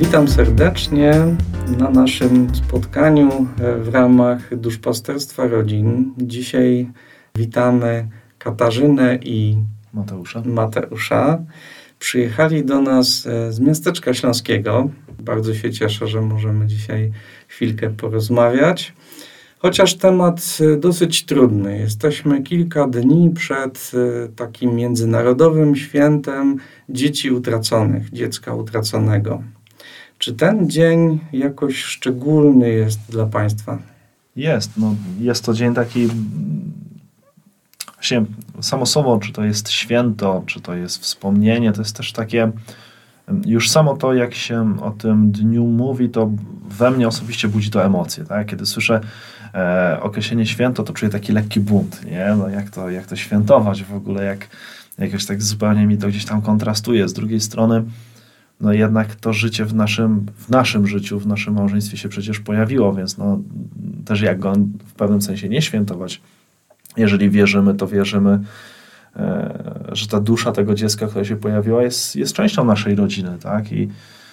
Witam serdecznie na naszym spotkaniu w ramach Duszpasterstwa Rodzin. Dzisiaj witamy Katarzynę i Mateusza. Przyjechali do nas z miasteczka śląskiego. Bardzo się cieszę, że możemy dzisiaj chwilkę porozmawiać. Chociaż temat dosyć trudny. Jesteśmy kilka dni przed takim międzynarodowym świętem dzieci utraconych, dziecka utraconego. Czy ten dzień jakoś szczególny jest dla Państwa? Jest to dzień taki, właśnie samo słowo, czy to jest święto, czy to jest wspomnienie, to jest też takie, już samo to, jak się o tym dniu mówi, to we mnie osobiście budzi to emocje, tak? Kiedy słyszę określenie święto, to czuję taki lekki bunt, nie? Jak to świętować w ogóle, jakoś tak zupełnie mi to gdzieś tam kontrastuje. Z drugiej strony, jednak to życie w naszym życiu, w naszym małżeństwie się przecież pojawiło, więc też jak go w pewnym sensie nie świętować. Jeżeli wierzymy, to wierzymy, że ta dusza tego dziecka, która się pojawiła, jest częścią naszej rodziny, tak? I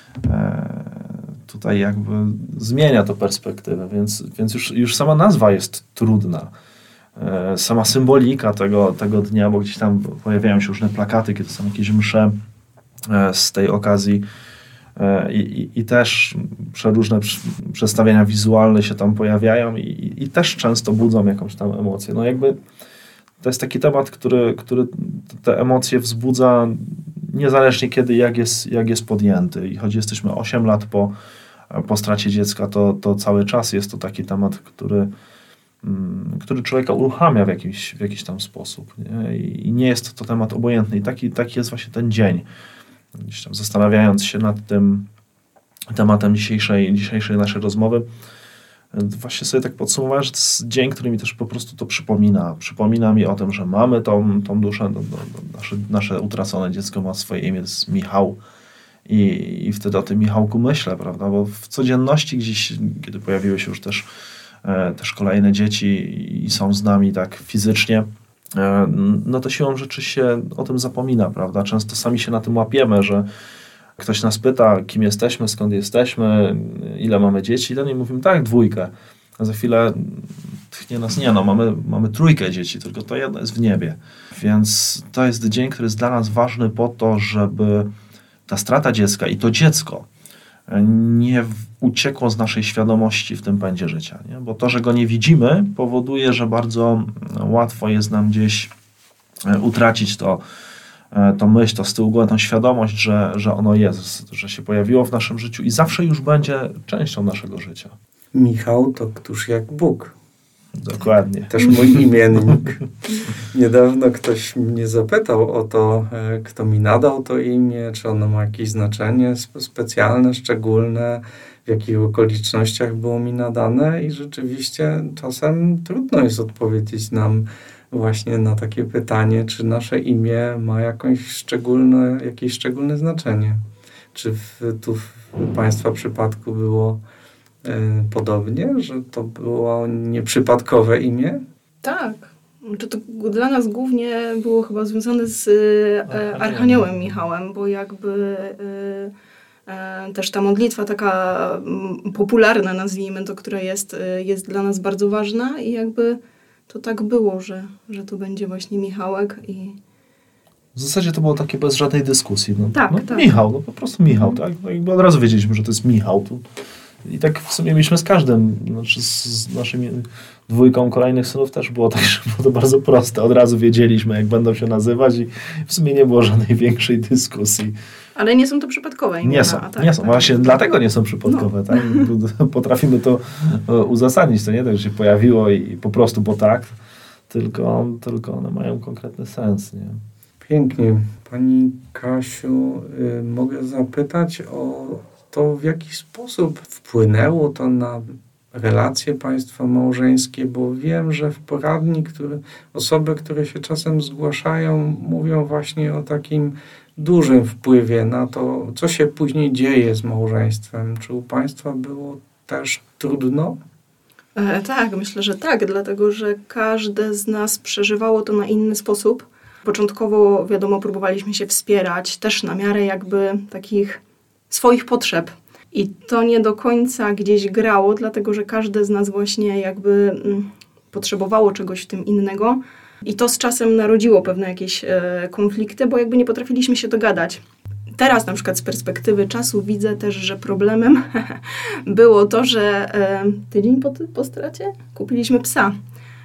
tutaj jakby zmienia to perspektywę, więc już sama nazwa jest trudna. Sama symbolika tego dnia, bo gdzieś tam pojawiają się różne plakaty, kiedy są jakieś msze z tej okazji i też przeróżne przedstawienia wizualne się tam pojawiają i też często budzą jakąś tam emocję. To jest taki temat, który te emocje wzbudza niezależnie kiedy, jak jest podjęty. I choć jesteśmy 8 lat po stracie dziecka, to cały czas jest to taki temat, który człowieka uruchamia w jakiś tam sposób. Nie? I nie jest to temat obojętny. I taki jest właśnie ten dzień. Gdzieś tam zastanawiając się nad tym tematem dzisiejszej naszej rozmowy, właśnie sobie tak podsumowałem, że to jest dzień, który mi też po prostu to przypomina. Przypomina mi o tym, że mamy tą duszę, nasze utracone dziecko ma swoje imię, to jest Michał. I wtedy o tym Michałku myślę, prawda? Bo w codzienności gdzieś, kiedy pojawiły się już też kolejne dzieci i są z nami tak fizycznie, to siłą rzeczy się o tym zapomina, prawda? Często sami się na tym łapiemy, że ktoś nas pyta, kim jesteśmy, skąd jesteśmy, ile mamy dzieci, i mówimy, tak, 2. A za chwilę tchnie nas, mamy 3 dzieci, tylko to jedno jest w niebie. Więc to jest dzień, który jest dla nas ważny po to, żeby ta strata dziecka i to dziecko nie uciekło z naszej świadomości w tym pędzie życia. Nie? Bo to, że go nie widzimy, powoduje, że bardzo łatwo jest nam gdzieś utracić to myśl, to z tyłu głowy, tą świadomość, że ono jest, że się pojawiło w naszym życiu i zawsze już będzie częścią naszego życia. Michał to któż jak Bóg. Dokładnie. Też mój imiennik. Niedawno ktoś mnie zapytał o to, kto mi nadał to imię, czy ono ma jakieś znaczenie specjalne, szczególne, w jakich okolicznościach było mi nadane i rzeczywiście czasem trudno jest odpowiedzieć nam właśnie na takie pytanie, czy nasze imię ma jakieś szczególne znaczenie. Czy tu w Państwa przypadku było podobnie, że to było nieprzypadkowe imię? Tak. To dla nas głównie było chyba związane z Archaniołem Michałem, bo jakby też ta modlitwa taka popularna, nazwijmy to, która jest dla nas bardzo ważna i jakby to tak było, że to będzie właśnie Michałek i... W zasadzie to było takie bez żadnej dyskusji. Tak. Michał, po prostu Michał, tak? Jakby od razu wiedzieliśmy, że to jest Michał. I tak w sumie mieliśmy z każdym, z naszymi 2 kolejnych synów też było tak, że było to bardzo proste. Od razu wiedzieliśmy, jak będą się nazywać i w sumie nie było żadnej większej dyskusji. Ale nie są to przypadkowe imiona. Nie są. Właśnie dlatego nie są przypadkowe. Tak? Potrafimy to uzasadnić. To nie tak, że się pojawiło i po prostu, bo tak, tylko one mają konkretny sens. Nie? Pięknie. Pani Kasiu, mogę zapytać o to, w jaki sposób wpłynęło to na relacje państwa małżeńskie, bo wiem, że w poradni osoby, które się czasem zgłaszają, mówią właśnie o takim dużym wpływie na to, co się później dzieje z małżeństwem. Czy u Państwa było też trudno? Tak, myślę, że tak, dlatego że każde z nas przeżywało to na inny sposób. Początkowo, wiadomo, próbowaliśmy się wspierać też na miarę jakby takich swoich potrzeb. I to nie do końca gdzieś grało, dlatego że każde z nas właśnie jakby potrzebowało czegoś w tym innego. I to z czasem narodziło pewne jakieś konflikty, bo jakby nie potrafiliśmy się dogadać. Teraz na przykład z perspektywy czasu widzę też, że problemem było to, że tydzień po stracie kupiliśmy psa,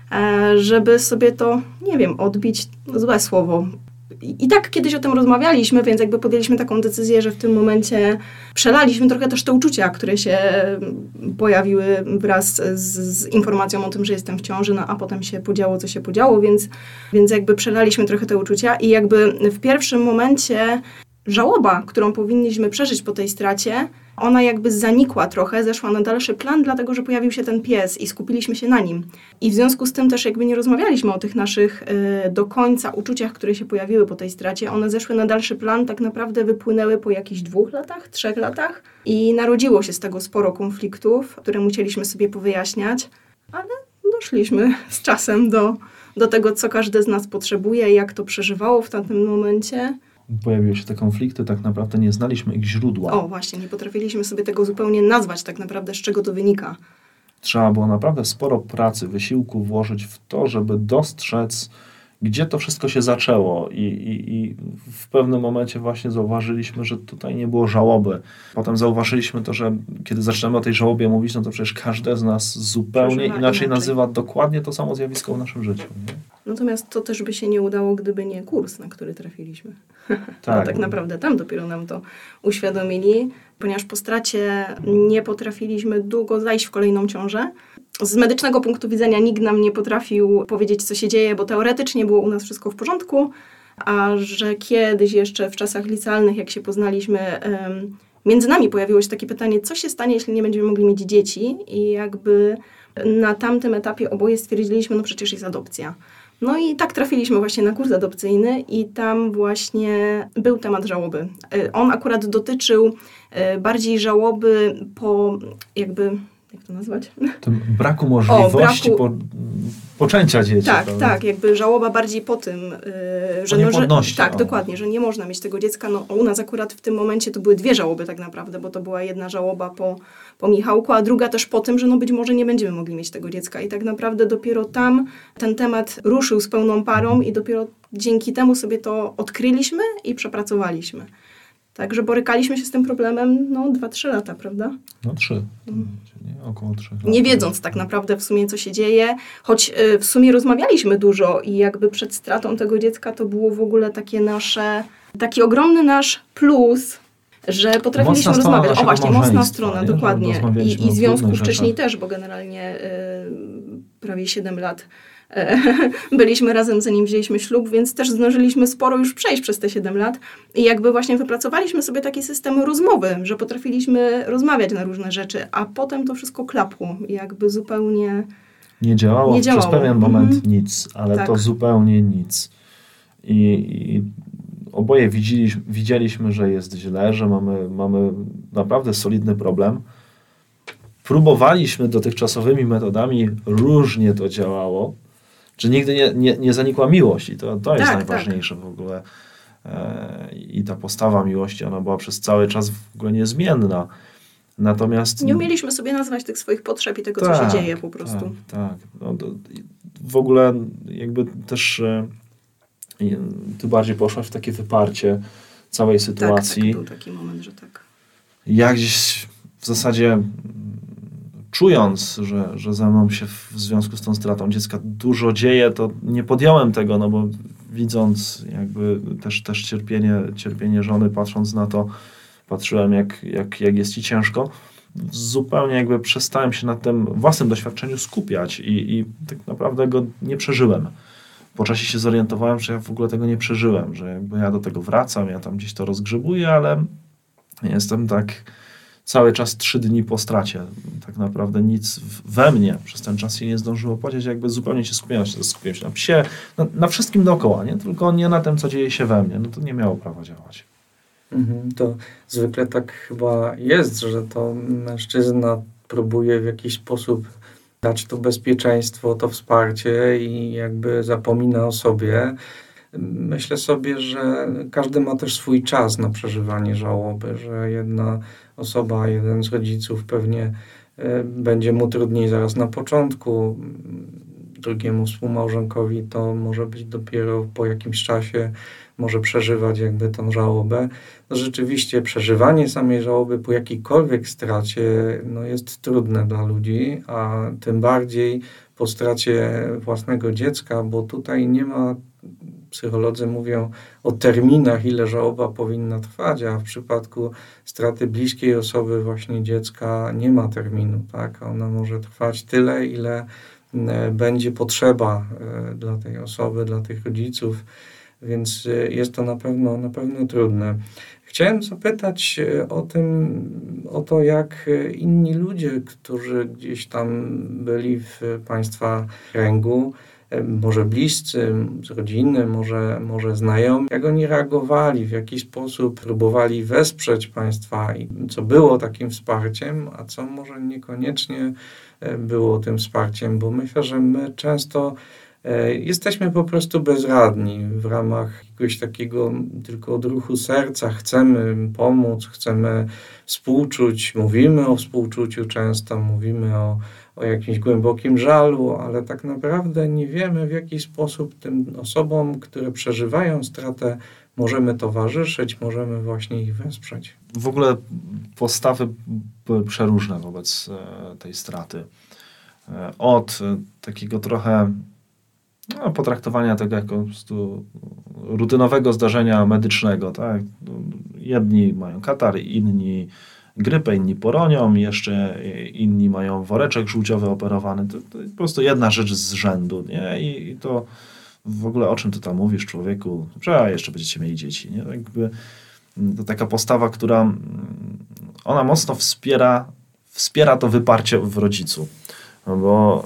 żeby sobie to, nie wiem, odbić, złe słowo. I tak kiedyś o tym rozmawialiśmy, więc jakby podjęliśmy taką decyzję, że w tym momencie przelaliśmy trochę też te uczucia, które się pojawiły wraz z informacją o tym, że jestem w ciąży, no a potem się podziało, co się podziało, więc jakby przelaliśmy trochę te uczucia i jakby w pierwszym momencie żałoba, którą powinniśmy przeżyć po tej stracie, ona jakby zanikła trochę, zeszła na dalszy plan, dlatego że pojawił się ten pies i skupiliśmy się na nim. I w związku z tym też jakby nie rozmawialiśmy o tych naszych do końca uczuciach, które się pojawiły po tej stracie. One zeszły na dalszy plan, tak naprawdę wypłynęły po jakichś 2 latach, 3 latach i narodziło się z tego sporo konfliktów, które musieliśmy sobie powyjaśniać, ale doszliśmy z czasem do tego, co każdy z nas potrzebuje, jak to przeżywało w tamtym momencie. Pojawiły się te konflikty, tak naprawdę nie znaliśmy ich źródła. O, właśnie, nie potrafiliśmy sobie tego zupełnie nazwać tak naprawdę, z czego to wynika. Trzeba było naprawdę sporo pracy, wysiłku włożyć w to, żeby dostrzec, gdzie to wszystko się zaczęło i w pewnym momencie właśnie zauważyliśmy, że tutaj nie było żałoby. Potem zauważyliśmy to, że kiedy zaczynamy o tej żałobie mówić, no to przecież każdy z nas zupełnie inaczej nazywa dokładnie to samo zjawisko w naszym życiu. Nie? Natomiast to też by się nie udało, gdyby nie kurs, na który trafiliśmy. Tak. Bo tak naprawdę tam dopiero nam to uświadomili, ponieważ po stracie nie potrafiliśmy długo zajść w kolejną ciążę. Z medycznego punktu widzenia nikt nam nie potrafił powiedzieć, co się dzieje, bo teoretycznie było u nas wszystko w porządku, a że kiedyś jeszcze w czasach licealnych, jak się poznaliśmy, między nami pojawiło się takie pytanie, co się stanie, jeśli nie będziemy mogli mieć dzieci i jakby na tamtym etapie oboje stwierdziliśmy, no przecież jest adopcja. No i tak trafiliśmy właśnie na kurs adopcyjny i tam właśnie był temat żałoby. On akurat dotyczył bardziej żałoby po jakby, jak to nazwać? Tym braku możliwości poczęcia dzieci. Tak, prawda? tak, jakby żałoba bardziej po tym, że... Tak, dokładnie, że nie można mieć tego dziecka. No u nas akurat w tym momencie to były 2 żałoby tak naprawdę, bo to była jedna żałoba po Michałku, a druga też po tym, że no być może nie będziemy mogli mieć tego dziecka. I tak naprawdę dopiero tam ten temat ruszył z pełną parą i dopiero dzięki temu sobie to odkryliśmy i przepracowaliśmy. Także borykaliśmy się z tym problemem 2-3 lata, prawda? 3. Około 3 lat. Nie wiedząc tak naprawdę w sumie, co się dzieje, choć w sumie rozmawialiśmy dużo i jakby przed stratą tego dziecka to było w ogóle taki ogromny nasz plus, że potrafiliśmy rozmawiać. O właśnie, mocna strona, dokładnie. I związku wcześniej też, bo generalnie prawie 7 lat byliśmy razem, zanim wzięliśmy ślub, więc też zdążyliśmy sporo już przejść przez te 7 lat i jakby właśnie wypracowaliśmy sobie taki system rozmowy, że potrafiliśmy rozmawiać na różne rzeczy, a potem to wszystko klapło i jakby zupełnie nie działało. Przez pewien moment nic, ale tak. To zupełnie nic. I oboje widzieliśmy, że jest źle, że mamy naprawdę solidny problem. Próbowaliśmy dotychczasowymi metodami, różnie to działało. Czy nigdy nie zanikła miłość i to jest tak, najważniejsze w ogóle. I ta postawa miłości, ona była przez cały czas w ogóle niezmienna. Natomiast... Nie umieliśmy sobie nazwać tych swoich potrzeb i tego, co się dzieje po prostu. Tak. No, w ogóle jakby też ty bardziej poszłaś w takie wyparcie całej sytuacji. Tak, był taki moment, że tak. Ja gdzieś w zasadzie czując, że ze mną się w związku z tą stratą dziecka dużo dzieje, to nie podjąłem tego, no bo widząc jakby też cierpienie żony, patrząc na to, patrzyłem jak jest ci ciężko, zupełnie jakby przestałem się na tym własnym doświadczeniu skupiać i tak naprawdę go nie przeżyłem. Po czasie się zorientowałem, że ja w ogóle tego nie przeżyłem, że jakby ja do tego wracam, ja tam gdzieś to rozgrzebuję, ale jestem tak cały czas 3 dni po stracie. Tak naprawdę nic we mnie przez ten czas się nie zdążyło podziać, jakby zupełnie się skupiłem się na psie, na wszystkim dookoła, nie? Tylko nie na tym, co dzieje się we mnie. No to nie miało prawa działać. To zwykle tak chyba jest, że to mężczyzna próbuje w jakiś sposób dać to bezpieczeństwo, to wsparcie i jakby zapomina o sobie. Myślę sobie, że każdy ma też swój czas na przeżywanie żałoby, że jedna osoba, jeden z rodziców pewnie będzie mu trudniej zaraz na początku, drugiemu współmałżonkowi to może być dopiero po jakimś czasie, może przeżywać jakby tą żałobę. No rzeczywiście przeżywanie samej żałoby po jakiejkolwiek stracie jest trudne dla ludzi, a tym bardziej po stracie własnego dziecka, bo tutaj nie ma, psycholodzy mówią o terminach, ile żałoba powinna trwać, a w przypadku straty bliskiej osoby, właśnie dziecka, nie ma terminu, tak? Ona może trwać tyle, ile będzie potrzeba dla tej osoby, dla tych rodziców, więc jest to na pewno trudne. Chciałem zapytać o to, jak inni ludzie, którzy gdzieś tam byli w Państwa kręgu, może bliscy, z rodziny, może znajomi, jak oni reagowali, w jaki sposób próbowali wesprzeć Państwa i co było takim wsparciem, a co może niekoniecznie było tym wsparciem, bo myślę, że my często jesteśmy po prostu bezradni w ramach jakiegoś takiego tylko odruchu serca. Chcemy pomóc, chcemy współczuć, mówimy o współczuciu często, mówimy o jakimś głębokim żalu, ale tak naprawdę nie wiemy, w jaki sposób tym osobom, które przeżywają stratę, możemy towarzyszyć, możemy właśnie ich wesprzeć. W ogóle postawy były przeróżne wobec tej straty. Od takiego trochę potraktowania tego jako po prostu rutynowego zdarzenia medycznego. Tak? Jedni mają katar, inni grypę, inni poronią, jeszcze inni mają woreczek żółciowy operowany. To po prostu jedna rzecz z rzędu. Nie? I to w ogóle o czym ty tam mówisz, człowieku? Że jeszcze będziecie mieli dzieci. Nie? Jakby to taka postawa, która ona mocno wspiera to wyparcie w rodzicu. No bo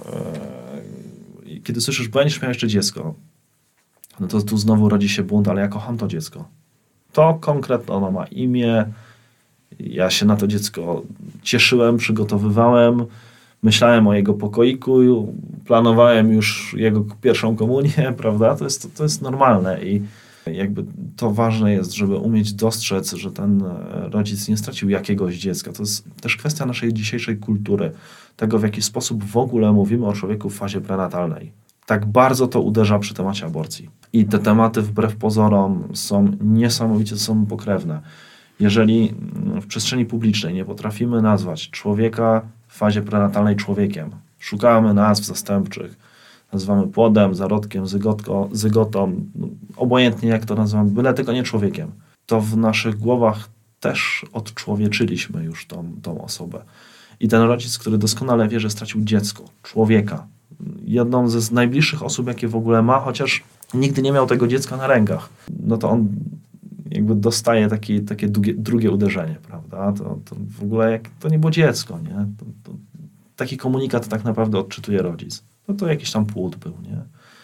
kiedy słyszysz, będziesz miał jeszcze dziecko, no to tu znowu rodzi się bunt, ale ja kocham to dziecko. To konkretne ono ma imię, ja się na to dziecko cieszyłem, przygotowywałem, myślałem o jego pokoiku, planowałem już jego pierwszą komunię, prawda? To jest normalne i jakby to ważne jest, żeby umieć dostrzec, że ten rodzic nie stracił jakiegoś dziecka. To jest też kwestia naszej dzisiejszej kultury, tego w jaki sposób w ogóle mówimy o człowieku w fazie prenatalnej. Tak bardzo to uderza przy temacie aborcji. I te tematy wbrew pozorom są niesamowicie ze sobą pokrewne. Jeżeli w przestrzeni publicznej nie potrafimy nazwać człowieka w fazie prenatalnej człowiekiem, szukamy nazw zastępczych, nazywamy płodem, zarodkiem, zygotą, obojętnie jak to nazywamy, byle tylko nie człowiekiem, to w naszych głowach też odczłowieczyliśmy już tą osobę. I ten rodzic, który doskonale wie, że stracił dziecko, człowieka, jedną z najbliższych osób, jakie w ogóle ma, chociaż nigdy nie miał tego dziecka na rękach, no to on jakby dostaje takie drugie uderzenie, prawda? To w ogóle to nie było dziecko, nie? Taki komunikat tak naprawdę odczytuje rodzic. No to jakiś tam płód był, nie?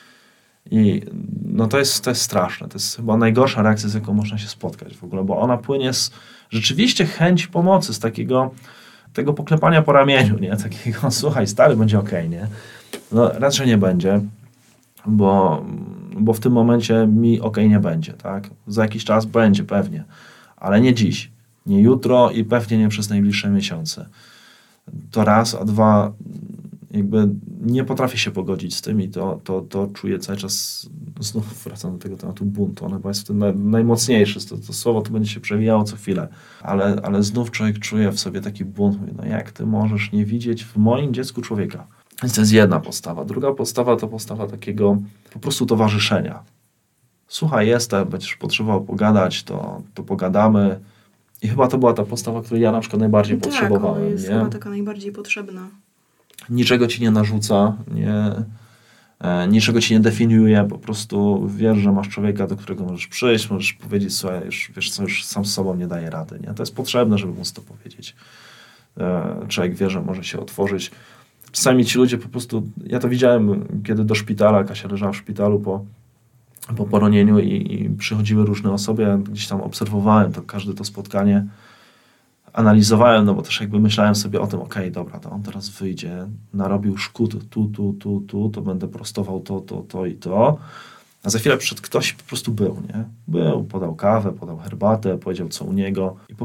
I no to jest straszne. To jest chyba najgorsza reakcja, z jaką można się spotkać w ogóle, bo ona płynie z rzeczywiście chęci pomocy, z tego poklepania po ramieniu, nie? Takiego, słuchaj, stary, będzie okej, nie? No raczej nie będzie, bo w tym momencie mi okej nie będzie, tak? Za jakiś czas będzie pewnie, ale nie dziś, nie jutro i pewnie nie przez najbliższe miesiące. To raz, a dwa, jakby nie potrafię się pogodzić z tym i to czuję cały czas, znów wracam do tego tematu buntu, on chyba jest w tym najmocniejszy, to słowo to będzie się przewijało co chwilę, ale znów człowiek czuje w sobie taki bunt, mówi, no jak ty możesz nie widzieć w moim dziecku człowieka? Więc to jest jedna postawa. Druga postawa to postawa takiego po prostu towarzyszenia. Słuchaj, jestem, będziesz potrzebował pogadać, to pogadamy. I chyba to była ta postawa, której ja na przykład najbardziej potrzebowałem. Tak, jest chyba taka najbardziej potrzebna. Niczego ci nie narzuca, niczego ci nie definiuje, po prostu wiesz, że masz człowieka, do którego możesz przyjść, możesz powiedzieć, słuchaj, wiesz co, już sam z sobą nie daje rady. Nie? To jest potrzebne, żeby móc to powiedzieć. Człowiek wie, że może się otworzyć. Czasami ci ludzie po prostu, ja to widziałem, kiedy do szpitala, Kasia leżała w szpitalu po poronieniu i przychodziły różne osoby, ja gdzieś tam obserwowałem każde to spotkanie, analizowałem, no bo też jakby myślałem sobie o tym, okej, dobra, to on teraz wyjdzie, narobił szkód tu, to będę prostował to i to, a za chwilę przyszedł ktoś po prostu był, nie? Był, podał kawę, podał herbatę, powiedział co u niego i po prostu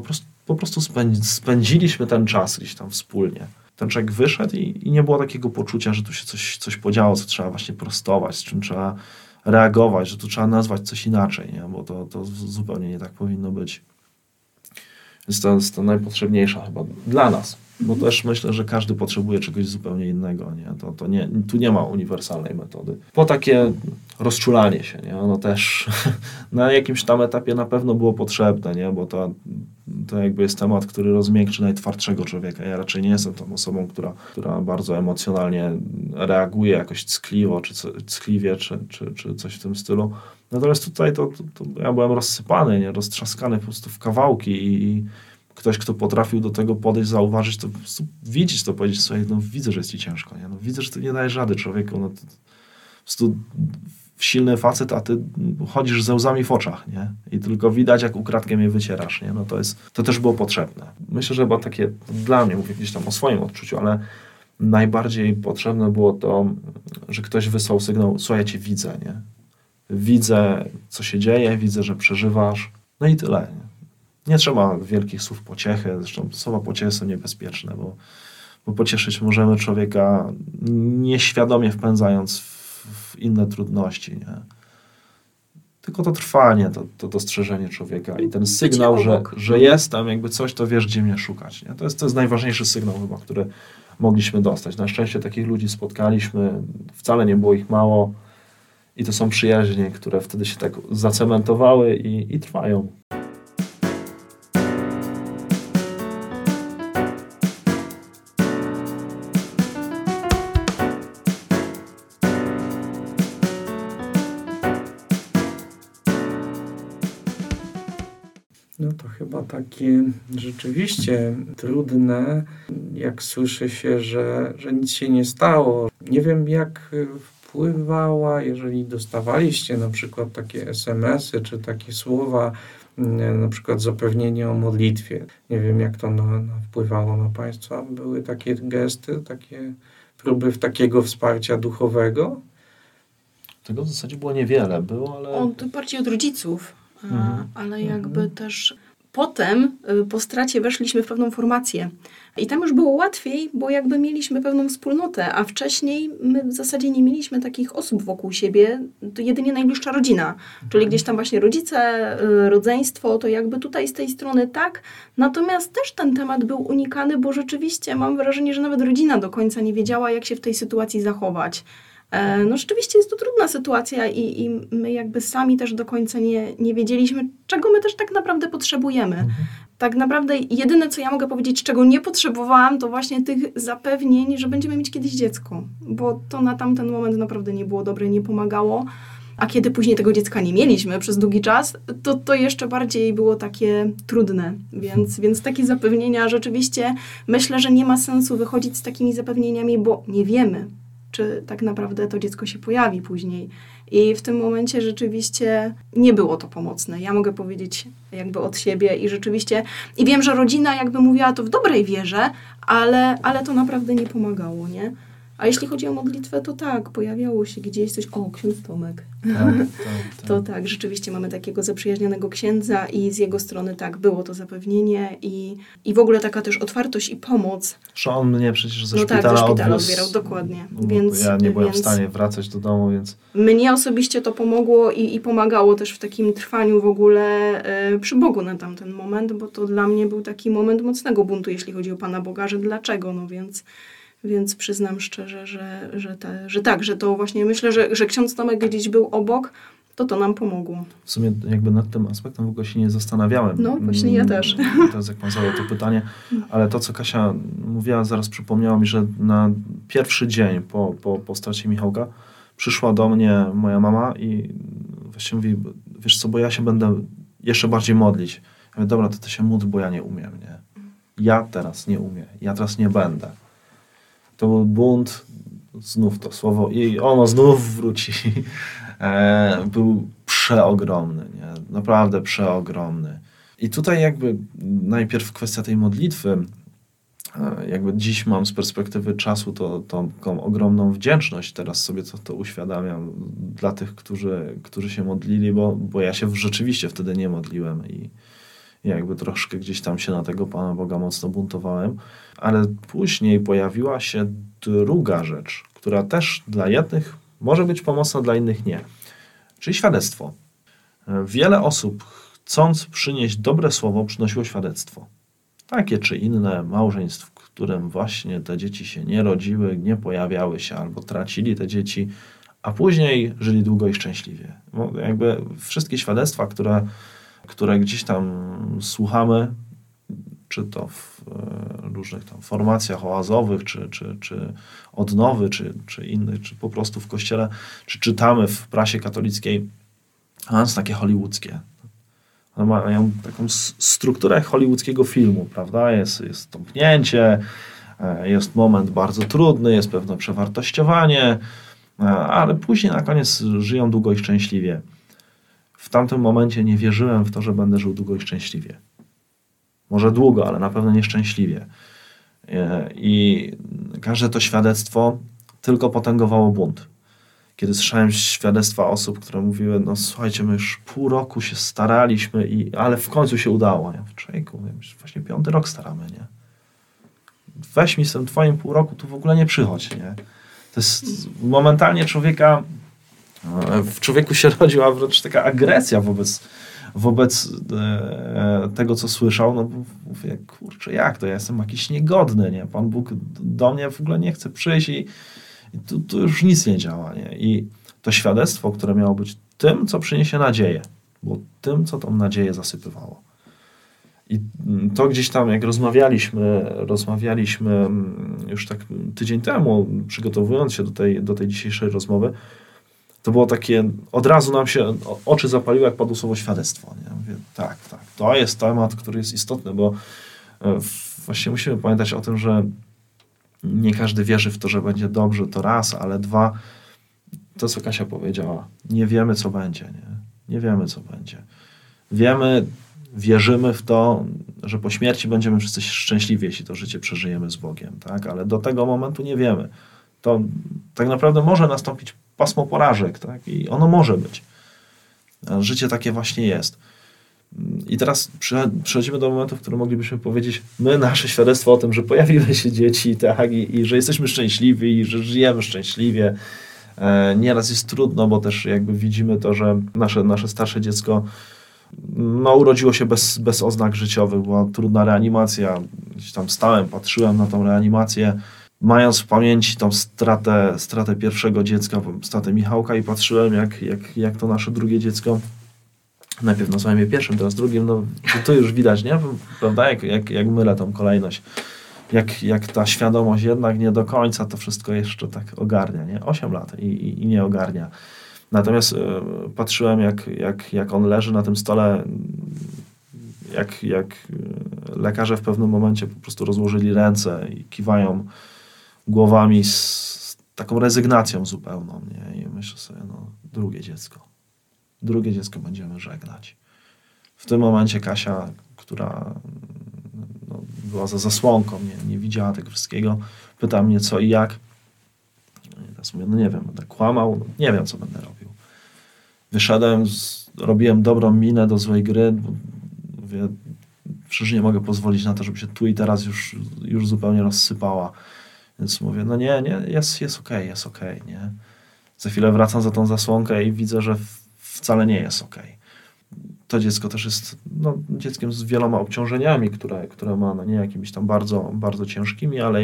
po prostu spędziliśmy ten czas gdzieś tam wspólnie. Ten człowiek wyszedł i nie było takiego poczucia, że tu się coś podziało, co trzeba właśnie prostować, z czym trzeba reagować, że tu trzeba nazwać coś inaczej, nie? Bo to zupełnie nie tak powinno być. Więc to jest to najpotrzebniejsza chyba dla nas, bo też myślę, że każdy potrzebuje czegoś zupełnie innego. Nie? Tu nie ma uniwersalnej metody. Po takie rozczulanie się, nie? Ono też na jakimś tam etapie na pewno było potrzebne, nie? Bo to jakby jest temat, który rozmiękczy najtwardszego człowieka. Ja raczej nie jestem tą osobą, która bardzo emocjonalnie reaguje jakoś ckliwie, czy coś w tym stylu. Natomiast tutaj to ja byłem rozsypany, nie? Roztrzaskany po prostu w kawałki i ktoś, kto potrafił do tego podejść, zauważyć, to po prostu widzieć to, powiedzieć sobie, no widzę, że jest ci ciężko, nie? No, widzę, że ty nie dajesz rady człowieku, no, po prostu silny facet, a ty chodzisz ze łzami w oczach, nie? I tylko widać, jak ukradkiem je wycierasz, nie? No to też było potrzebne. Myślę, że chyba takie, dla mnie, mówię gdzieś tam o swoim odczuciu, ale najbardziej potrzebne było to, że ktoś wysłał sygnał, słuchaj, ja cię widzę, nie? Widzę, co się dzieje, widzę, że przeżywasz, no i tyle, nie? Nie trzeba wielkich słów pociechy, zresztą słowa pociechy są niebezpieczne, bo pocieszyć możemy człowieka nieświadomie wpędzając w inne trudności, nie? Tylko to trwanie, to dostrzeżenie człowieka i ten sygnał, że jestem, jakby coś, to wiesz, gdzie mnie szukać, nie? To jest najważniejszy sygnał chyba, który mogliśmy dostać. Na szczęście takich ludzi spotkaliśmy, wcale nie było ich mało i to są przyjaźnie, które wtedy się tak zacementowały i trwają. No to chyba takie rzeczywiście trudne, jak słyszy się, że nic się nie stało. Nie wiem, jak wpływała, jeżeli dostawaliście na przykład takie SMS-y, czy takie słowa, na przykład zapewnienie o modlitwie. Nie wiem, jak to wpływało na Państwa. Były takie gesty, takie próby takiego wsparcia duchowego? Tego w zasadzie było niewiele. Ale... To bardziej od rodziców. Ale jakby też potem po stracie weszliśmy w pewną formację i tam już było łatwiej, bo jakby mieliśmy pewną wspólnotę, a wcześniej my w zasadzie nie mieliśmy takich osób wokół siebie, to jedynie najbliższa rodzina, czyli gdzieś tam właśnie rodzice, rodzeństwo, to jakby tutaj z tej strony tak, natomiast też ten temat był unikany, bo rzeczywiście mam wrażenie, że nawet rodzina do końca nie wiedziała, jak się w tej sytuacji zachować. No rzeczywiście jest to trudna sytuacja i my jakby sami też do końca nie wiedzieliśmy, czego my też tak naprawdę potrzebujemy. Tak naprawdę jedyne, co ja mogę powiedzieć, czego nie potrzebowałam, to właśnie tych zapewnień, że będziemy mieć kiedyś dziecko, bo to na tamten moment naprawdę nie było dobre, nie pomagało. A kiedy później tego dziecka nie mieliśmy przez długi czas, to jeszcze bardziej było takie trudne. Więc takie zapewnienia rzeczywiście myślę, że nie ma sensu wychodzić z takimi zapewnieniami, bo nie wiemy, czy tak naprawdę to dziecko się pojawi później. I w tym momencie rzeczywiście nie było to pomocne. Ja mogę powiedzieć jakby od siebie i rzeczywiście, i wiem, że rodzina jakby mówiła to w dobrej wierze, ale to naprawdę nie pomagało, nie? A jeśli chodzi o modlitwę, to tak, pojawiało się gdzieś coś, ksiądz Tomek. Tak. To tak, rzeczywiście mamy takiego zaprzyjaźnionego księdza i z jego strony tak, było to zapewnienie i w ogóle taka też otwartość i pomoc. Że on mnie przecież ze szpitala odbierał, dokładnie. Więc ja nie byłem w stanie wracać do domu, więc... Mnie osobiście to pomogło i pomagało też w takim trwaniu w ogóle przy Bogu na tamten moment, bo to dla mnie był taki moment mocnego buntu, jeśli chodzi o Pana Boga, że dlaczego, więc przyznam szczerze, że tak, że to właśnie myślę, że ksiądz Tomek gdzieś był obok, to nam pomogło. W sumie jakby nad tym aspektem w ogóle się nie zastanawiałem. No właśnie ja też. Teraz jak pan zadał to pytanie, ale to co Kasia mówiła, zaraz przypomniało mi, że na pierwszy dzień po stracie Michałka przyszła do mnie moja mama i właśnie mówi, wiesz co, bo ja się będę jeszcze bardziej modlić. Ja mówię, dobra, to ty się módl, bo ja nie umiem, nie? Ja teraz nie umiem, ja teraz nie będę. To był bunt, znów to słowo i ono znów wróci. Był przeogromny, nie? Naprawdę przeogromny. I tutaj jakby najpierw kwestia tej modlitwy, jakby dziś mam z perspektywy czasu tą ogromną wdzięczność, teraz sobie to uświadamiam dla tych, którzy się modlili, bo ja się rzeczywiście wtedy nie modliłem jakby troszkę gdzieś tam się na tego Pana Boga mocno buntowałem. Ale później pojawiła się druga rzecz, która też dla jednych może być pomocna, dla innych nie. Czyli świadectwo. Wiele osób, chcąc przynieść dobre słowo, przynosiło świadectwo. Takie czy inne małżeństw, w którym właśnie te dzieci się nie rodziły, nie pojawiały się albo tracili te dzieci, a później żyli długo i szczęśliwie. Bo jakby wszystkie świadectwa, które gdzieś tam słuchamy, czy to w różnych tam formacjach oazowych, czy odnowy, czy innych, czy po prostu w kościele, czy czytamy w prasie katolickiej, one są takie hollywoodzkie. One mają taką strukturę hollywoodzkiego filmu, prawda? Jest tąpnięcie, jest moment bardzo trudny, jest pewne przewartościowanie, ale później na koniec żyją długo i szczęśliwie. W tamtym momencie nie wierzyłem w to, że będę żył długo i szczęśliwie. Może długo, ale na pewno nieszczęśliwie. I każde to świadectwo tylko potęgowało bunt. Kiedy słyszałem świadectwa osób, które mówiły, no słuchajcie, my już pół roku się staraliśmy, ale w końcu się udało. Ja mówię, człowieku, właśnie 5. rok staramy, nie? Weź mi z tym twoim pół roku, tu w ogóle nie przychodź, nie? To jest momentalnie w człowieku się rodziła wręcz taka agresja wobec tego, co słyszał. No mówię, kurczę, jak to? Ja jestem jakiś niegodny, nie? Pan Bóg do mnie w ogóle nie chce przyjść i tu już nic nie działa, nie? I to świadectwo, które miało być tym, co przyniesie nadzieję, było tym, co tą nadzieję zasypywało. I to gdzieś tam, jak rozmawialiśmy już tak tydzień temu, przygotowując się do tej dzisiejszej rozmowy, to było takie, od razu nam się oczy zapaliły, jak padło słowo świadectwo. Nie? Mówię, tak, to jest temat, który jest istotny, bo właśnie musimy pamiętać o tym, że nie każdy wierzy w to, że będzie dobrze, to raz, ale dwa, to co Kasia powiedziała, nie wiemy, co będzie. Nie wiemy, co będzie. Wierzymy w to, że po śmierci będziemy wszyscy szczęśliwi, jeśli to życie przeżyjemy z Bogiem, tak? Ale do tego momentu nie wiemy. To tak naprawdę może nastąpić pasmo porażek, tak? I ono może być. A życie takie właśnie jest. I teraz przechodzimy do momentu, w którym moglibyśmy powiedzieć, nasze świadectwo o tym, że pojawiły się dzieci, tak? I że jesteśmy szczęśliwi, i że żyjemy szczęśliwie. Nieraz jest trudno, bo też jakby widzimy to, że nasze starsze dziecko urodziło się bez oznak życiowych. Była trudna reanimacja. Gdzieś tam stałem, patrzyłem na tą reanimację, mając w pamięci tą stratę pierwszego dziecka, stratę Michałka i patrzyłem, jak to nasze drugie dziecko, najpierw nazwałem je pierwszym, teraz drugim, to już widać, nie? Prawda? Jak mylę tą kolejność. Jak ta świadomość jednak nie do końca to wszystko jeszcze tak ogarnia, nie? 8 lat i nie ogarnia. Natomiast patrzyłem, jak on leży na tym stole, jak lekarze w pewnym momencie po prostu rozłożyli ręce i kiwają głowami z taką rezygnacją zupełną, nie? I myślę sobie, drugie dziecko będziemy żegnać. W tym momencie Kasia, która była za zasłonką, nie widziała tego wszystkiego, pyta mnie co i jak. I teraz mówię, nie wiem, będę kłamał, nie wiem, co będę robił. Wyszedłem, robiłem dobrą minę do złej gry, mówię, przecież nie mogę pozwolić na to, żeby się tu i teraz już zupełnie rozsypała. Więc mówię, nie, jest okej, nie. Za chwilę wracam za tą zasłonkę i widzę, że wcale nie jest okej. To dziecko też jest dzieckiem z wieloma obciążeniami, które ma, nie jakimiś tam bardzo, bardzo ciężkimi, ale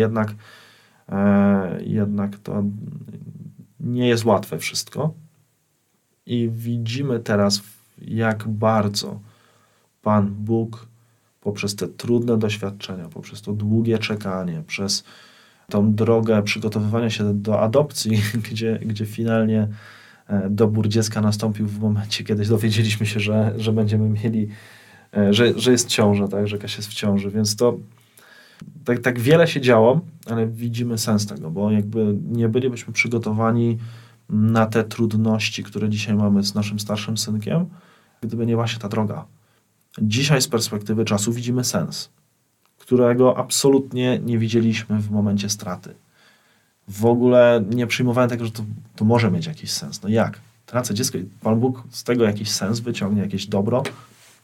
jednak to nie jest łatwe wszystko. I widzimy teraz, jak bardzo Pan Bóg poprzez te trudne doświadczenia, poprzez to długie czekanie, przez tą drogę przygotowywania się do adopcji, gdzie finalnie dobór dziecka nastąpił w momencie, kiedy dowiedzieliśmy się, że będziemy mieli, że jest ciąża, tak, że Kasia jest w ciąży, więc to tak wiele się działo, ale widzimy sens tego, bo jakby nie bylibyśmy przygotowani na te trudności, które dzisiaj mamy z naszym starszym synkiem, gdyby nie właśnie ta droga. Dzisiaj z perspektywy czasu widzimy sens, którego absolutnie nie widzieliśmy w momencie straty. W ogóle nie przyjmowałem tego, że to może mieć jakiś sens. Jak? Tracę dziecko i Pan Bóg z tego jakiś sens wyciągnie, jakieś dobro.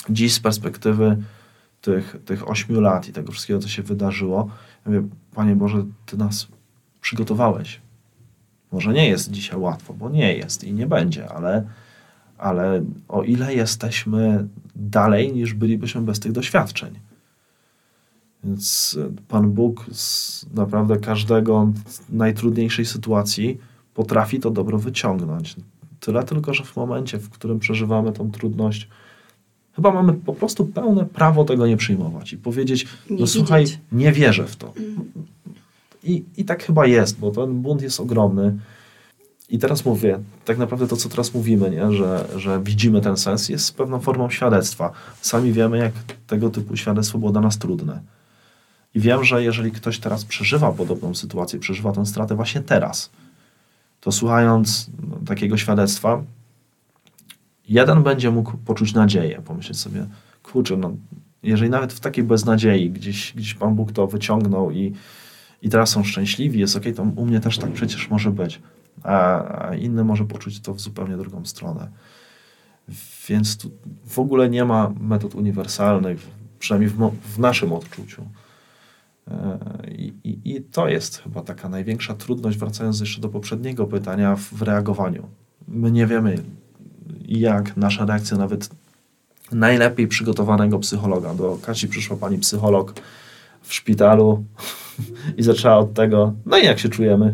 Dziś z perspektywy tych 8 lat i tego wszystkiego, co się wydarzyło, ja mówię, Panie Boże, Ty nas przygotowałeś. Może nie jest dzisiaj łatwo, bo nie jest i nie będzie, ale o ile jesteśmy dalej, niż bylibyśmy bez tych doświadczeń. Więc Pan Bóg z naprawdę każdego najtrudniejszej sytuacji potrafi to dobro wyciągnąć. Tyle tylko, że w momencie, w którym przeżywamy tą trudność, chyba mamy po prostu pełne prawo tego nie przyjmować i powiedzieć, słuchaj, nie wierzę w to. I tak chyba jest, bo ten bunt jest ogromny. I teraz mówię, tak naprawdę to, co teraz mówimy, nie? Że widzimy ten sens, jest pewną formą świadectwa. Sami wiemy, jak tego typu świadectwo było dla nas trudne. I wiem, że jeżeli ktoś teraz przeżywa podobną sytuację, przeżywa tę stratę właśnie teraz, to słuchając takiego świadectwa, jeden będzie mógł poczuć nadzieję, pomyśleć sobie, kurczę, jeżeli nawet w takiej beznadziei gdzieś Pan Bóg to wyciągnął i teraz są szczęśliwi, jest okej, to u mnie też tak przecież może być. A inny może poczuć to w zupełnie drugą stronę. Więc tu w ogóle nie ma metod uniwersalnych, przynajmniej w naszym odczuciu. I to jest chyba taka największa trudność, wracając jeszcze do poprzedniego pytania, w reagowaniu. My nie wiemy, jak nasza reakcja nawet najlepiej przygotowanego psychologa. Do Kasi przyszła pani psycholog w szpitalu i zaczęła od tego, no i jak się czujemy?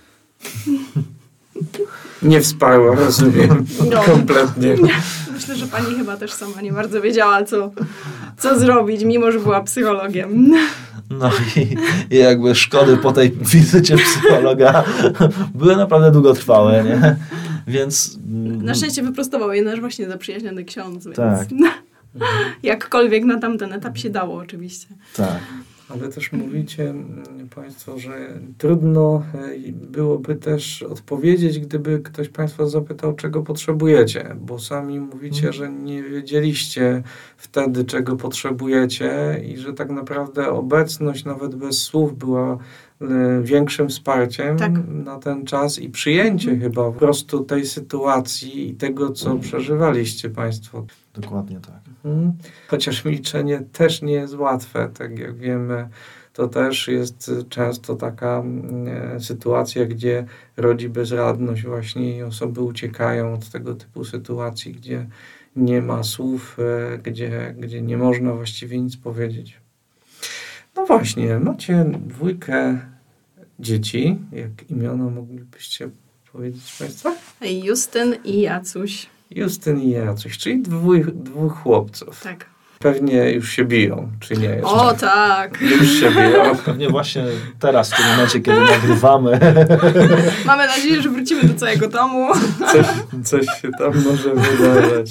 Nie wsparła, rozumiem. Kompletnie. Myślę, że pani chyba też sama nie bardzo wiedziała, co zrobić, mimo że była psychologiem. No i jakby szkody po tej wizycie psychologa były naprawdę długotrwałe, nie? Więc... Na szczęście wyprostował je nasz właśnie zaprzyjaźniony ksiądz, więc tak. Jakkolwiek na tamten etap się dało oczywiście. Tak. Ale też mówicie Państwo, że trudno byłoby też odpowiedzieć, gdyby ktoś Państwa zapytał, czego potrzebujecie, bo sami mówicie, że nie wiedzieliście wtedy, czego potrzebujecie i że tak naprawdę obecność nawet bez słów była większym wsparciem na ten czas i przyjęcie chyba po prostu tej sytuacji i tego, co przeżywaliście Państwo. Dokładnie tak. Chociaż milczenie też nie jest łatwe, tak jak wiemy, to też jest często taka sytuacja, gdzie rodzi bezradność właśnie i osoby uciekają od tego typu sytuacji, gdzie nie ma słów, gdzie nie można właściwie nic powiedzieć. No właśnie, macie 2 dzieci. Jak imiona moglibyście powiedzieć Państwo? Justyn i Jacuś. Justyn i Jacuś, czyli 2 chłopców. Tak. Pewnie już się biją, czy nie? Jeszcze? O tak! Już się biją. Pewnie właśnie teraz, w tym momencie, kiedy nagrywamy. Mamy nadzieję, że wrócimy do całego domu. Coś się tam może wydarzyć.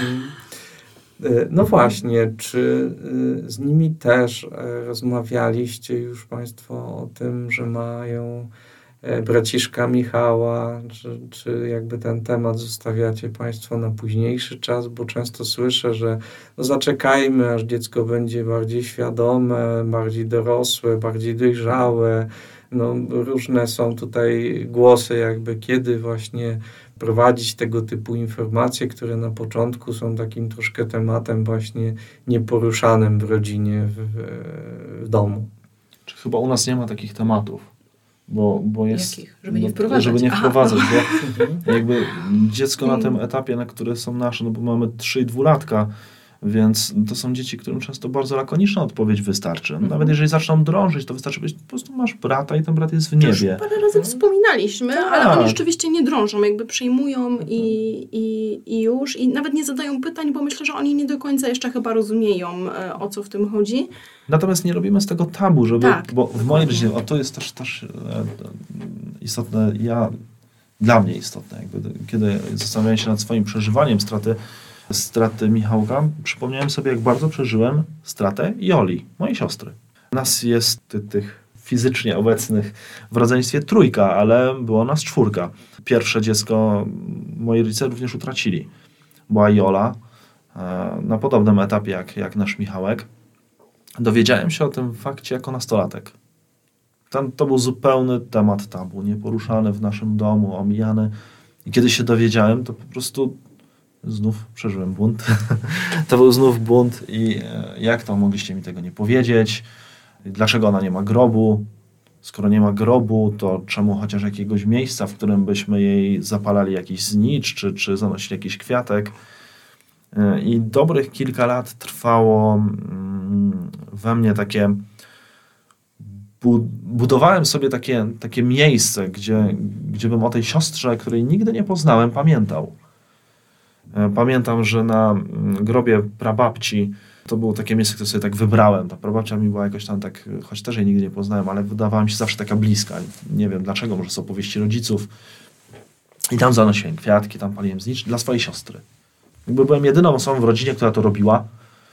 No właśnie, czy z nimi też rozmawialiście już Państwo o tym, że mają braciszka Michała, czy jakby ten temat zostawiacie Państwo na późniejszy czas, bo często słyszę, że no zaczekajmy, aż dziecko będzie bardziej świadome, bardziej dorosłe, bardziej dojrzałe. No, różne są tutaj głosy, jakby kiedy właśnie prowadzić tego typu informacje, które na początku są takim troszkę tematem właśnie nieporuszanym w rodzinie, w domu. Czy chyba u nas nie ma takich tematów? Bo jest... Jakich? Żeby nie wprowadzać. Żeby nie wprowadzać, bo jakby dziecko na tym etapie, na które są nasze, no bo mamy 3 i 2-latka, więc to są dzieci, którym często bardzo lakoniczna odpowiedź wystarczy. Nawet jeżeli zaczną drążyć, to wystarczy powiedzieć, po prostu masz brata i ten brat jest w niebie. Już parę razy wspominaliśmy, ale oni rzeczywiście nie drążą, jakby przyjmują i już. I nawet nie zadają pytań, bo myślę, że oni nie do końca jeszcze chyba rozumieją, o co w tym chodzi. Natomiast nie robimy z tego tabu, żeby, bo w mojej dokładnie. rodzinie, a to jest też istotne, dla mnie istotne, jakby, kiedy zastanawiałem się nad swoim przeżywaniem straty Michałka, przypomniałem sobie, jak bardzo przeżyłem stratę Joli, mojej siostry. Nas jest tych fizycznie obecnych w rodzeństwie 3, ale było nas 4. Pierwsze dziecko moi rodzice również utracili. Była Jola na podobnym etapie jak nasz Michałek. Dowiedziałem się o tym fakcie jako nastolatek. To był zupełny temat tabu, nieporuszany w naszym domu, omijany. I kiedy się dowiedziałem, to po prostu znów przeżyłem bunt. To był znów bunt i jak to mogliście mi tego nie powiedzieć? Dlaczego ona nie ma grobu? Skoro nie ma grobu, to czemu chociaż jakiegoś miejsca, w którym byśmy jej zapalali jakiś znicz, czy zanosili jakiś kwiatek? I dobrych kilka lat trwało we mnie takie... Budowałem sobie takie miejsce, gdzie bym o tej siostrze, której nigdy nie poznałem, pamiętał. Pamiętam, że na grobie prababci to było takie miejsce, które sobie tak wybrałem. Ta prababcia mi była jakoś tam tak, choć też jej nigdy nie poznałem, ale wydawała mi się zawsze taka bliska. Nie wiem dlaczego, może z opowieści rodziców. I tam zanosiłem kwiatki, tam paliłem znicz dla swojej siostry. Jakby byłem jedyną osobą w rodzinie, która to robiła.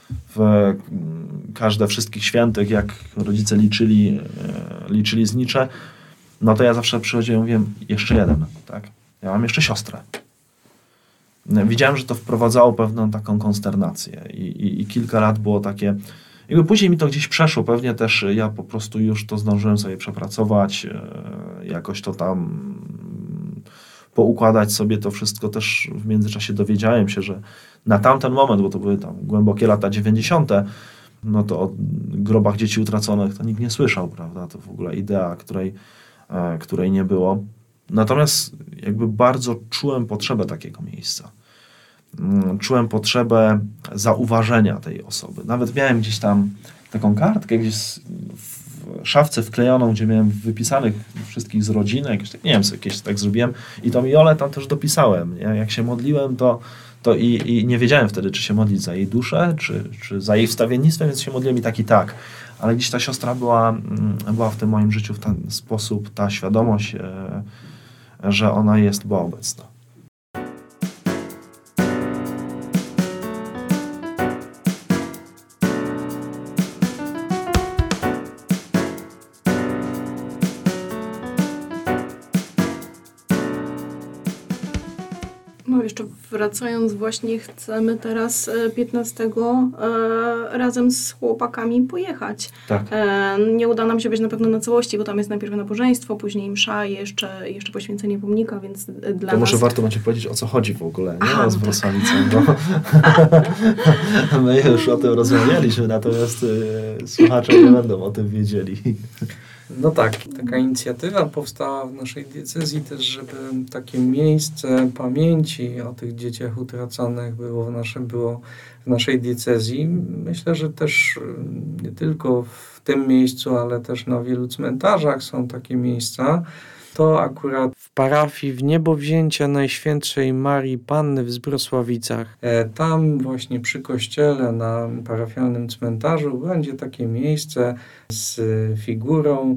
Wszystkich świętych, jak rodzice liczyli znicze, no to ja zawsze przychodziłem i mówiłem, jeszcze jeden, tak? Ja mam jeszcze siostrę. Widziałem, że to wprowadzało pewną taką konsternację i kilka lat było takie, jakby później mi to gdzieś przeszło, pewnie też ja po prostu już to zdążyłem sobie przepracować, jakoś to tam poukładać sobie to wszystko. Też w międzyczasie dowiedziałem się, że na tamten moment, bo to były tam głębokie lata 90., no to o grobach dzieci utraconych to nikt nie słyszał, prawda? To w ogóle idea, której nie było. Natomiast jakby bardzo czułem potrzebę takiego miejsca. Czułem potrzebę zauważenia tej osoby. Nawet miałem gdzieś tam taką kartkę gdzieś w szafce wklejoną, gdzie miałem wypisanych wszystkich z rodziny, jakieś, nie wiem, jakieś tak zrobiłem i tą Jolę tam też dopisałem. Nie? Jak się modliłem, to i nie wiedziałem wtedy, czy się modlić za jej duszę, czy za jej wstawiennictwem, więc się modliłem i tak. Ale gdzieś ta siostra była w tym moim życiu w ten sposób, ta świadomość, że ona była obecna. No jeszcze wracając właśnie, chcemy teraz 15 razem z chłopakami pojechać. Tak. Nie uda nam się być na pewno na całości, bo tam jest najpierw nabożeństwo, później msza i jeszcze poświęcenie pomnika, więc dla nas... może warto macie powiedzieć, o co chodzi w ogóle, nie? Z Wrocławicą, bo my już o tym rozmawialiśmy, natomiast słuchacze nie będą o tym wiedzieli. No tak, taka inicjatywa powstała w naszej diecezji też, żeby takie miejsce pamięci o tych dzieciach utraconych było w naszej diecezji. Myślę, że też nie tylko w tym miejscu, ale też na wielu cmentarzach są takie miejsca. To akurat w parafii Wniebowzięcia Najświętszej Marii Panny w Zbrosławicach. Tam właśnie przy kościele na parafialnym cmentarzu będzie takie miejsce z figurą.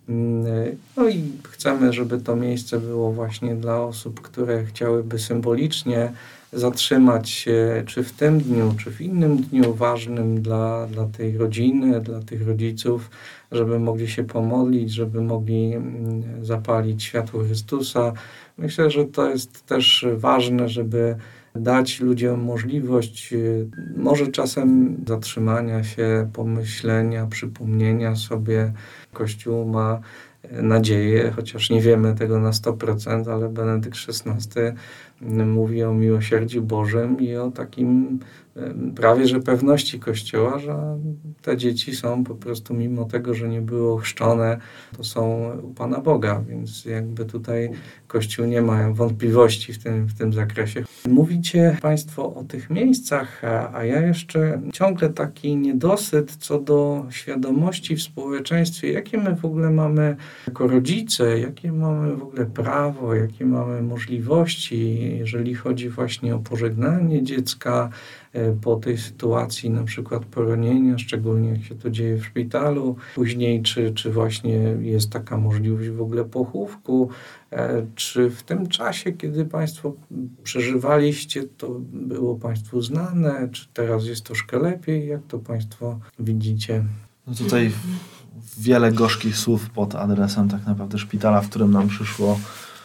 No i chcemy, żeby to miejsce było właśnie dla osób, które chciałyby symbolicznie zatrzymać się czy w tym dniu, czy w innym dniu ważnym dla tej rodziny, dla tych rodziców, żeby mogli się pomodlić, żeby mogli zapalić światło Chrystusa. Myślę, że to jest też ważne, żeby dać ludziom możliwość może czasem zatrzymania się, pomyślenia, przypomnienia sobie. Kościół ma nadzieję, chociaż nie wiemy tego na 100%, ale Benedykt XVI mówi o miłosierdziu Bożym i o takim prawie że pewności Kościoła, że te dzieci są po prostu, mimo tego, że nie były ochrzczone, to są u Pana Boga, więc jakby tutaj Kościół nie ma wątpliwości w tym zakresie. Mówicie Państwo o tych miejscach, a ja jeszcze ciągle taki niedosyt co do świadomości w społeczeństwie, jakie my w ogóle mamy jako rodzice, jakie mamy w ogóle prawo, jakie mamy możliwości, jeżeli chodzi właśnie o pożegnanie dziecka po tej sytuacji, na przykład poronienia, szczególnie jak się to dzieje w szpitalu, później czy właśnie jest taka możliwość w ogóle pochówku, czy w tym czasie, kiedy Państwo przeżywaliście, to było Państwu znane, czy teraz jest troszkę lepiej, jak to Państwo widzicie? No tutaj wiele gorzkich słów pod adresem tak naprawdę szpitala, w którym nam przyszło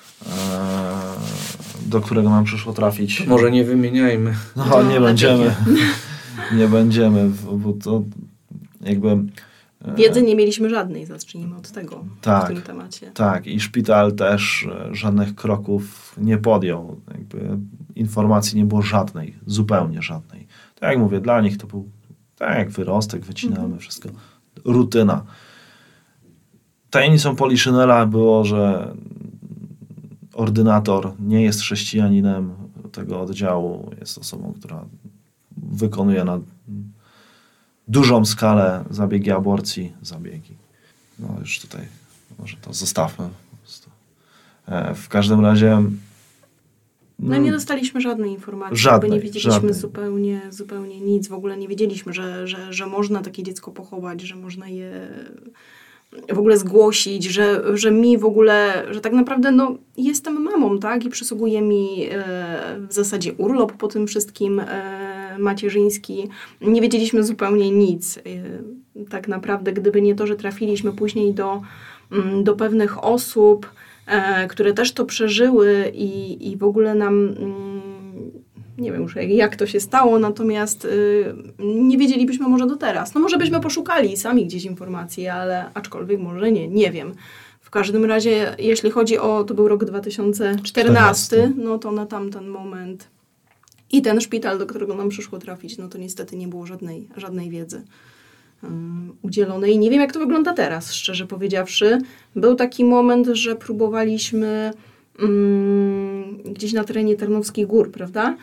do którego nam przyszło trafić. Może nie wymieniajmy. No, nie będziemy. Nie będziemy, bo to jakby... Wiedzy nie mieliśmy żadnej, zacznijmy od tego w tym temacie. Tak, i szpital też żadnych kroków nie podjął. Jakby informacji nie było żadnej, zupełnie żadnej. Tak jak mówię, dla nich to był tak jak wyrostek, wycinamy wszystko. Rutyna. Tajemnicą Poliszynela było, że ordynator nie jest chrześcijaninem tego oddziału, jest osobą, która wykonuje na dużą skalę zabiegi aborcji. No już tutaj może to zostawmy po prostu. W każdym razie no nie dostaliśmy żadnej informacji, bo nie wiedzieliśmy zupełnie nic. W ogóle nie wiedzieliśmy, że można takie dziecko pochować, że można je w ogóle zgłosić, że mi w ogóle, że tak naprawdę no, jestem mamą, tak? I przysługuje mi w zasadzie urlop po tym wszystkim macierzyński. Nie wiedzieliśmy zupełnie nic. Tak naprawdę, gdyby nie to, że trafiliśmy później do pewnych osób, które też to przeżyły i w ogóle nam, nie wiem już jak to się stało, natomiast nie wiedzielibyśmy może do teraz. No może byśmy poszukali sami gdzieś informacji, ale aczkolwiek może nie wiem. W każdym razie, jeśli chodzi to był rok 2014, no to na tamten moment i ten szpital, do którego nam przyszło trafić, no to niestety nie było żadnej wiedzy udzielonej. Nie wiem, jak to wygląda teraz, szczerze powiedziawszy. Był taki moment, że próbowaliśmy gdzieś na terenie Tarnowskich Gór, prawda?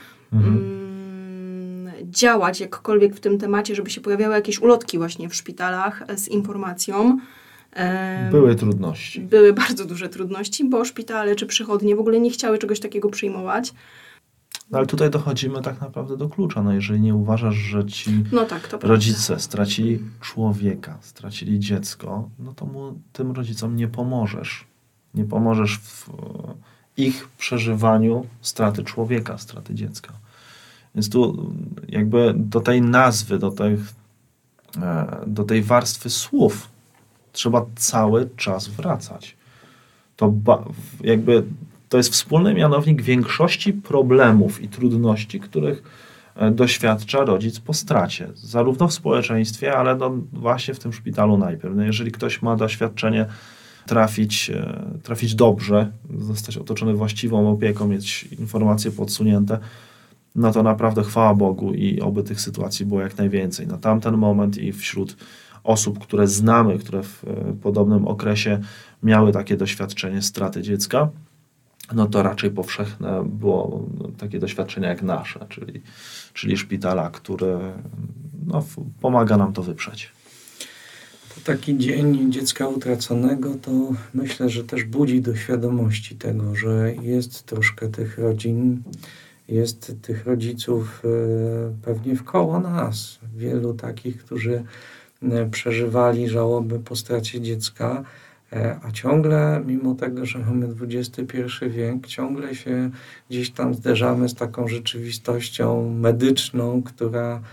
Działać jakkolwiek w tym temacie, żeby się pojawiały jakieś ulotki właśnie w szpitalach z informacją. Były trudności. Były bardzo duże trudności, bo szpitale czy przychodnie w ogóle nie chciały czegoś takiego przyjmować. No ale tutaj dochodzimy tak naprawdę do klucza. No jeżeli nie uważasz, że ci rodzice stracili człowieka, stracili dziecko, no to tym rodzicom nie pomożesz. Nie pomożesz w ich przeżywaniu straty człowieka, straty dziecka. Więc tu jakby do tej nazwy, do tej warstwy słów trzeba cały czas wracać. To jest wspólny mianownik większości problemów i trudności, których doświadcza rodzic po stracie. Zarówno w społeczeństwie, ale no właśnie w tym szpitalu najpierw. No jeżeli ktoś ma doświadczenie trafić dobrze, zostać otoczony właściwą opieką, mieć informacje podsunięte, no to naprawdę chwała Bogu i oby tych sytuacji było jak najwięcej. Na tamten moment i wśród osób, które znamy, które w podobnym okresie miały takie doświadczenie straty dziecka, no to raczej powszechne było takie doświadczenie jak nasze, czyli szpitala, który pomaga nam to wyprzeć. To taki dzień dziecka utraconego to myślę, że też budzi do świadomości tego, że jest troszkę tych rodzin, jest tych rodziców pewnie wkoło nas. Wielu takich, którzy przeżywali żałobę po stracie dziecka, a ciągle, mimo tego, że mamy XXI wiek, ciągle się gdzieś tam zderzamy z taką rzeczywistością medyczną, która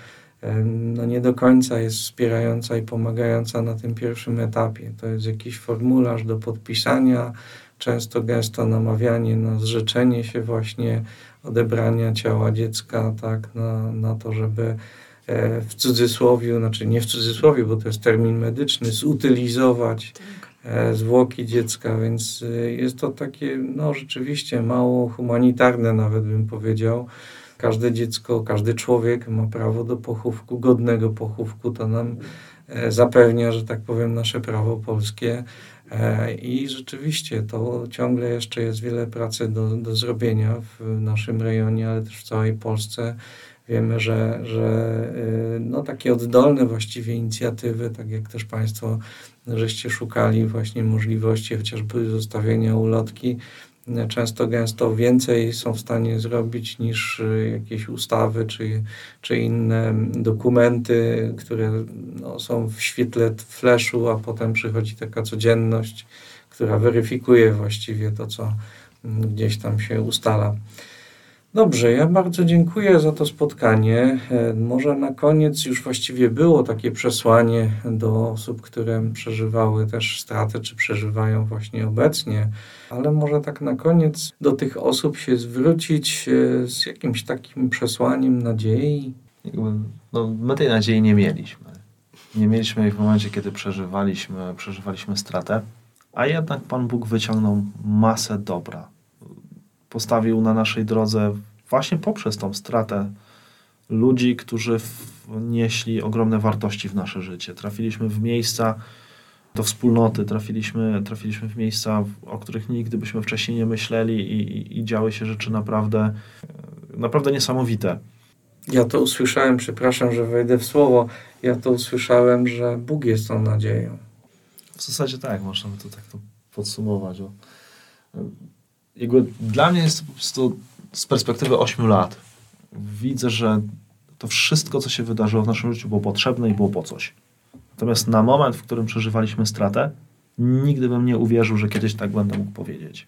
nie do końca jest wspierająca i pomagająca na tym pierwszym etapie. To jest jakiś formularz do podpisania, często gęsto namawianie na zrzeczenie się właśnie odebrania ciała dziecka, tak, na to, żeby w cudzysłowie, znaczy nie w cudzysłowie, bo to jest termin medyczny, zutylizować zwłoki dziecka, więc jest to takie, rzeczywiście mało humanitarne nawet bym powiedział. Każde dziecko, każdy człowiek ma prawo do pochówku, godnego pochówku, to nam zapewnia, że tak powiem, nasze prawo polskie i rzeczywiście to ciągle jeszcze jest wiele pracy do zrobienia w naszym rejonie, ale też w całej Polsce. Wiemy, że takie oddolne właściwie inicjatywy, tak jak też Państwo żeście szukali właśnie możliwości chociażby zostawienia ulotki, często gęsto więcej są w stanie zrobić niż jakieś ustawy czy inne dokumenty, które są w świetle flashu, a potem przychodzi taka codzienność, która weryfikuje właściwie to, co gdzieś tam się ustala. Dobrze, ja bardzo dziękuję za to spotkanie. Może na koniec już właściwie było takie przesłanie do osób, które przeżywały też stratę, czy przeżywają właśnie obecnie, ale może tak na koniec do tych osób się zwrócić z jakimś takim przesłaniem nadziei. My tej nadziei nie mieliśmy. Nie mieliśmy jej w momencie, kiedy przeżywaliśmy stratę, a jednak Pan Bóg wyciągnął masę dobra. Postawił na naszej drodze właśnie poprzez tą stratę ludzi, którzy wnieśli ogromne wartości w nasze życie. Trafiliśmy w miejsca, do wspólnoty, trafiliśmy w miejsca, o których nigdy byśmy wcześniej nie myśleli i działy się rzeczy naprawdę niesamowite. Ja to usłyszałem, przepraszam, że wejdę w słowo, ja to usłyszałem, że Bóg jest tą nadzieją. W zasadzie tak, można by to tak to podsumować. Jakby dla mnie jest to po prostu z perspektywy 8 lat. Widzę, że to wszystko, co się wydarzyło w naszym życiu, było potrzebne i było po coś. Natomiast na moment, w którym przeżywaliśmy stratę, nigdy bym nie uwierzył, że kiedyś tak będę mógł powiedzieć.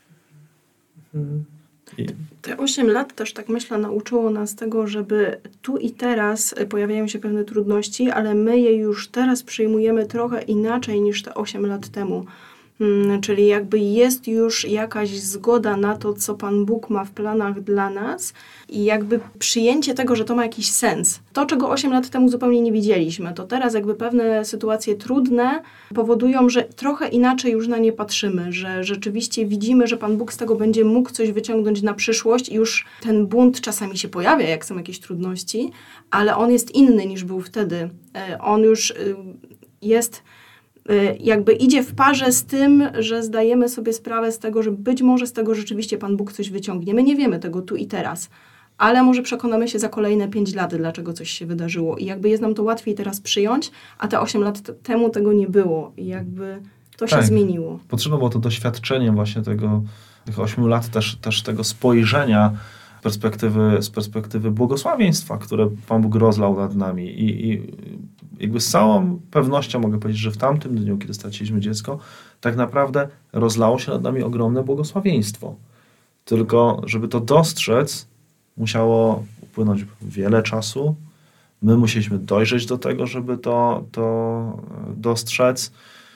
Te 8 lat też, tak myślę, nauczyło nas tego, żeby tu i teraz pojawiają się pewne trudności, ale my je już teraz przyjmujemy trochę inaczej niż te 8 lat temu. Czyli jakby jest już jakaś zgoda na to, co Pan Bóg ma w planach dla nas i jakby przyjęcie tego, że to ma jakiś sens. To, czego 8 lat temu zupełnie nie widzieliśmy, to teraz jakby pewne sytuacje trudne powodują, że trochę inaczej już na nie patrzymy, że rzeczywiście widzimy, że Pan Bóg z tego będzie mógł coś wyciągnąć na przyszłość i już ten bunt czasami się pojawia, jak są jakieś trudności, ale on jest inny niż był wtedy. On już jest... jakby idzie w parze z tym, że zdajemy sobie sprawę z tego, że być może z tego rzeczywiście Pan Bóg coś wyciągnie. My nie wiemy tego tu i teraz, ale może przekonamy się za kolejne 5 lat, dlaczego coś się wydarzyło. I jakby jest nam to łatwiej teraz przyjąć, a te 8 lat temu tego nie było. I jakby to się zmieniło. Potrzebne było to doświadczenie właśnie tych 8 lat, też tego spojrzenia z perspektywy błogosławieństwa, które Pan Bóg rozlał nad nami. I jakby z całą pewnością mogę powiedzieć, że w tamtym dniu, kiedy straciliśmy dziecko, tak naprawdę rozlało się nad nami ogromne błogosławieństwo. Tylko, żeby to dostrzec, musiało upłynąć wiele czasu. My musieliśmy dojrzeć do tego, żeby to dostrzec.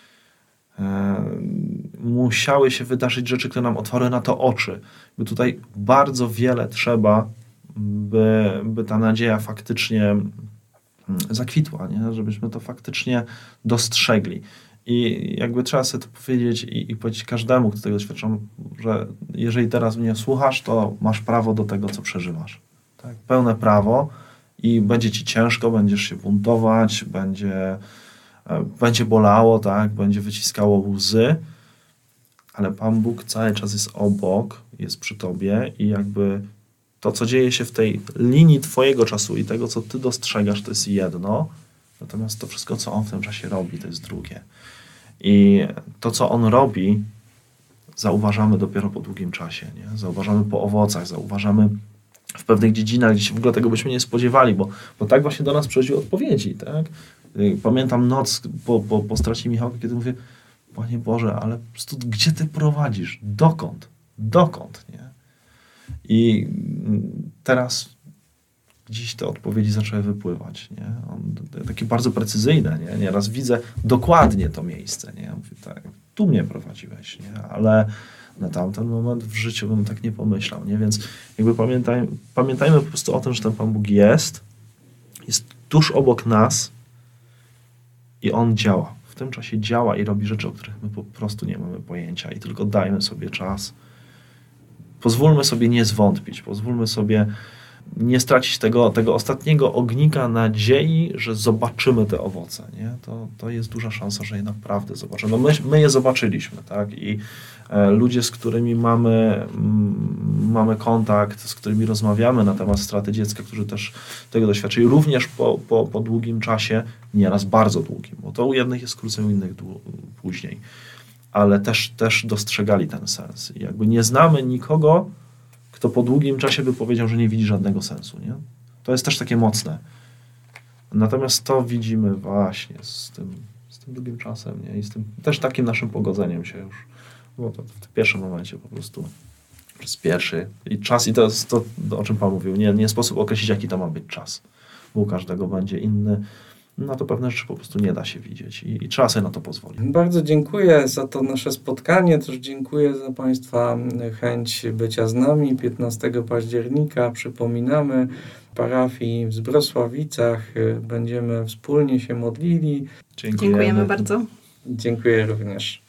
Musiały się wydarzyć rzeczy, które nam otwarły na to oczy. By tutaj bardzo wiele trzeba, by ta nadzieja faktycznie zakwitła, nie? Żebyśmy to faktycznie dostrzegli. I jakby trzeba sobie to powiedzieć i powiedzieć każdemu, kto tego doświadcza, że jeżeli teraz mnie słuchasz, to masz prawo do tego, co przeżywasz. Tak? Pełne prawo i będzie ci ciężko, będziesz się buntować, będzie bolało, tak? Będzie wyciskało łzy, ale Pan Bóg cały czas jest obok, jest przy tobie i jakby to, co dzieje się w tej linii twojego czasu i tego, co ty dostrzegasz, to jest jedno, natomiast to wszystko, co On w tym czasie robi, to jest drugie. I to, co On robi, zauważamy dopiero po długim czasie, nie? Zauważamy po owocach, zauważamy w pewnych dziedzinach, gdzie się w ogóle tego byśmy nie spodziewali, bo tak właśnie do nas przychodziły odpowiedzi, tak? Pamiętam noc po stracie Michałka, kiedy mówię, Panie Boże, ale po prostu gdzie Ty prowadzisz? Dokąd, nie? I teraz dziś te odpowiedzi zaczęły wypływać, nie? Takie bardzo precyzyjne, nie? Nieraz widzę dokładnie to miejsce, nie? Ja mówię, tak, tu mnie prowadziłeś, nie? Ale na tamten moment w życiu bym tak nie pomyślał, nie? Więc jakby pamiętajmy po prostu o tym, że ten Pan Bóg jest tuż obok nas i On działa. W tym czasie działa i robi rzeczy, o których my po prostu nie mamy pojęcia i tylko dajmy sobie czas. Pozwólmy sobie nie zwątpić, pozwólmy sobie nie stracić tego ostatniego ognika nadziei, że zobaczymy te owoce. Nie? To jest duża szansa, że je naprawdę zobaczymy. No my je zobaczyliśmy, tak? I ludzie, z którymi mamy kontakt, z którymi rozmawiamy na temat straty dziecka, którzy też tego doświadczyli, również po długim czasie, nieraz bardzo długim, bo to u jednych jest krócej, u innych później, ale też dostrzegali ten sens. I jakby nie znamy nikogo, kto po długim czasie by powiedział, że nie widzi żadnego sensu. Nie? To jest też takie mocne. Natomiast to widzimy właśnie z tym długim czasem, nie? I z tym też takim naszym pogodzeniem się już. Bo to w pierwszym momencie po prostu przez pierwszy i czas, i to jest to, o czym Pan mówił, nie sposób określić, jaki to ma być czas. Bo u każdego będzie inny. No to pewne rzeczy po prostu nie da się widzieć i trzeba sobie na to pozwolić. Bardzo dziękuję za to nasze spotkanie. Też dziękuję za Państwa chęć bycia z nami. 15 października przypominamy parafii w Zbrosławicach. Będziemy wspólnie się modlili. Dziękujemy bardzo. Dziękuję również.